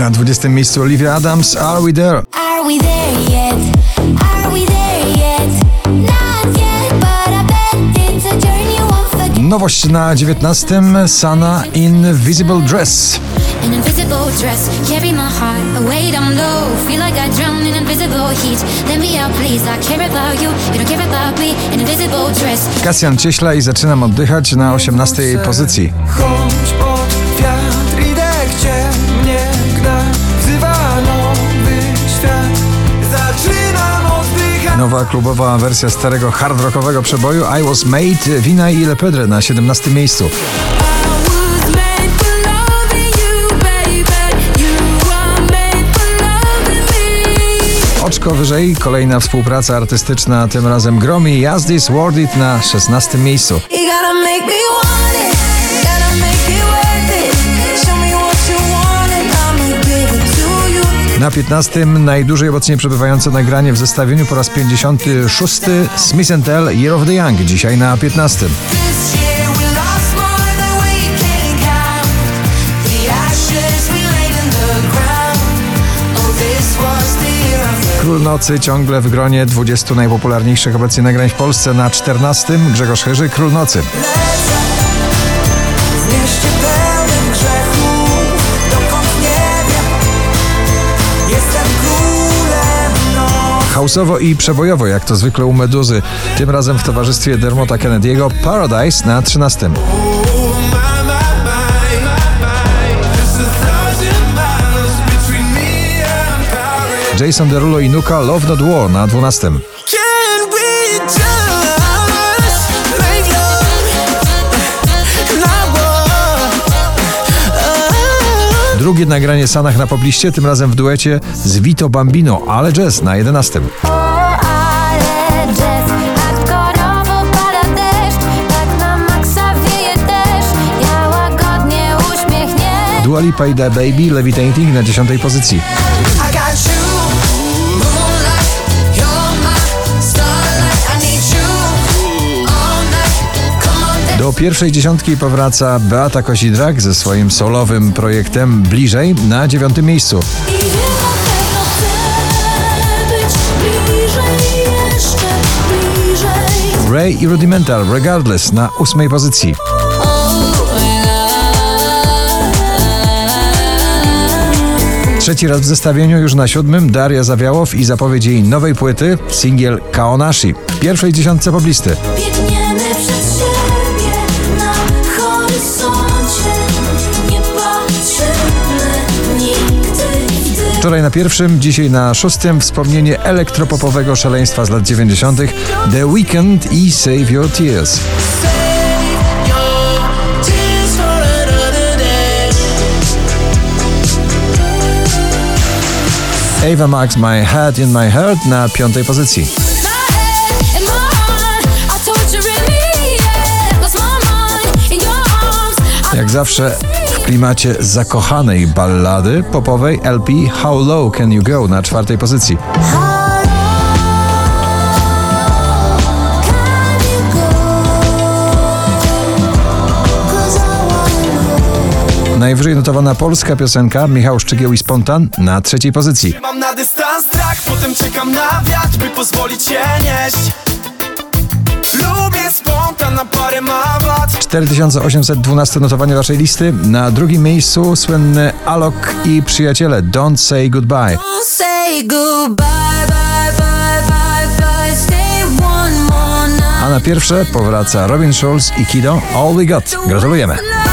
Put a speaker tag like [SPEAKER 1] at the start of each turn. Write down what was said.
[SPEAKER 1] Na 20. miejscu Olivia Adams, Are We There?
[SPEAKER 2] Are we there yet? Are we there yet? Not yet, but I bet it's a journey won't forget.
[SPEAKER 1] Nowość na 19. Sana, Invisible Dress.
[SPEAKER 2] An invisible dress, carry my heart away down low. Feel like I drown in invisible heat. Let me out, please. I care about you, you don't care about me. An invisible dress.
[SPEAKER 1] Kasjan Cieśla i Zaczynam oddychać na 18. pozycji.
[SPEAKER 3] Chodź pod wiatr, idę gdzie mnie gna. Wzywa nowy świat. Zaczynam oddychać.
[SPEAKER 1] Nowa klubowa wersja starego hard rockowego przeboju I Was Made, Wina i Le Pedre na 17. miejscu. Oczko wyżej, kolejna współpraca artystyczna, tym razem Gromi, Is This Worth It na 16. miejscu. Na 15. najdłużej obecnie przebywające nagranie w zestawieniu po raz 56. Smith & Tell, Year of the Young, dzisiaj na 15. Król Nocy ciągle w gronie 20 najpopularniejszych obecnie nagrań w Polsce. Na 14. Grzegorz Chyży, Król Nocy. House'owo i przebojowo, jak to zwykle u Meduzy. Tym razem w towarzystwie Dermota Kennedy'ego, Paradise na 13. Jason Derulo i Nuka, Love Not War na 12. Drugie nagranie Sanach na pobliście, tym razem w duecie z Vito Bambino, Ale Jazz na 11. Dua Lipa i The Baby, Levitating na 10. pozycji. Do pierwszej dziesiątki powraca Beata Kosidrak ze swoim solowym projektem Bliżej na 9. miejscu. Ray i Rudimental, Regardless na 8. pozycji. Trzeci raz w zestawieniu, już na 7. Daria Zawiałow i zapowiedź jej nowej płyty, singiel Kaonashi. W pierwszej dziesiątce poblisty. Wczoraj na 1., dzisiaj na 6. wspomnienie elektropopowego szaleństwa z lat 90. The Weeknd i Save Your Tears. Ava Max, My Head in My Heart na 5. pozycji. Jak zawsze w klimacie zakochanej ballady popowej LP How Low Can You Go na 4. pozycji. Najwyżej notowana polska piosenka Michał Szczygieł i Spontan na 3. pozycji.
[SPEAKER 3] Mam na dystans strach, potem czekam na wiatr, by pozwolić się nieść. Lubię spontan, na parę ma wad.
[SPEAKER 1] 4812 notowanie waszej listy. Na 2. miejscu słynny Alok i Przyjaciele, Don't Say Goodbye. A na pierwsze powraca Robin Schulz i Kido, All We Got. Gratulujemy.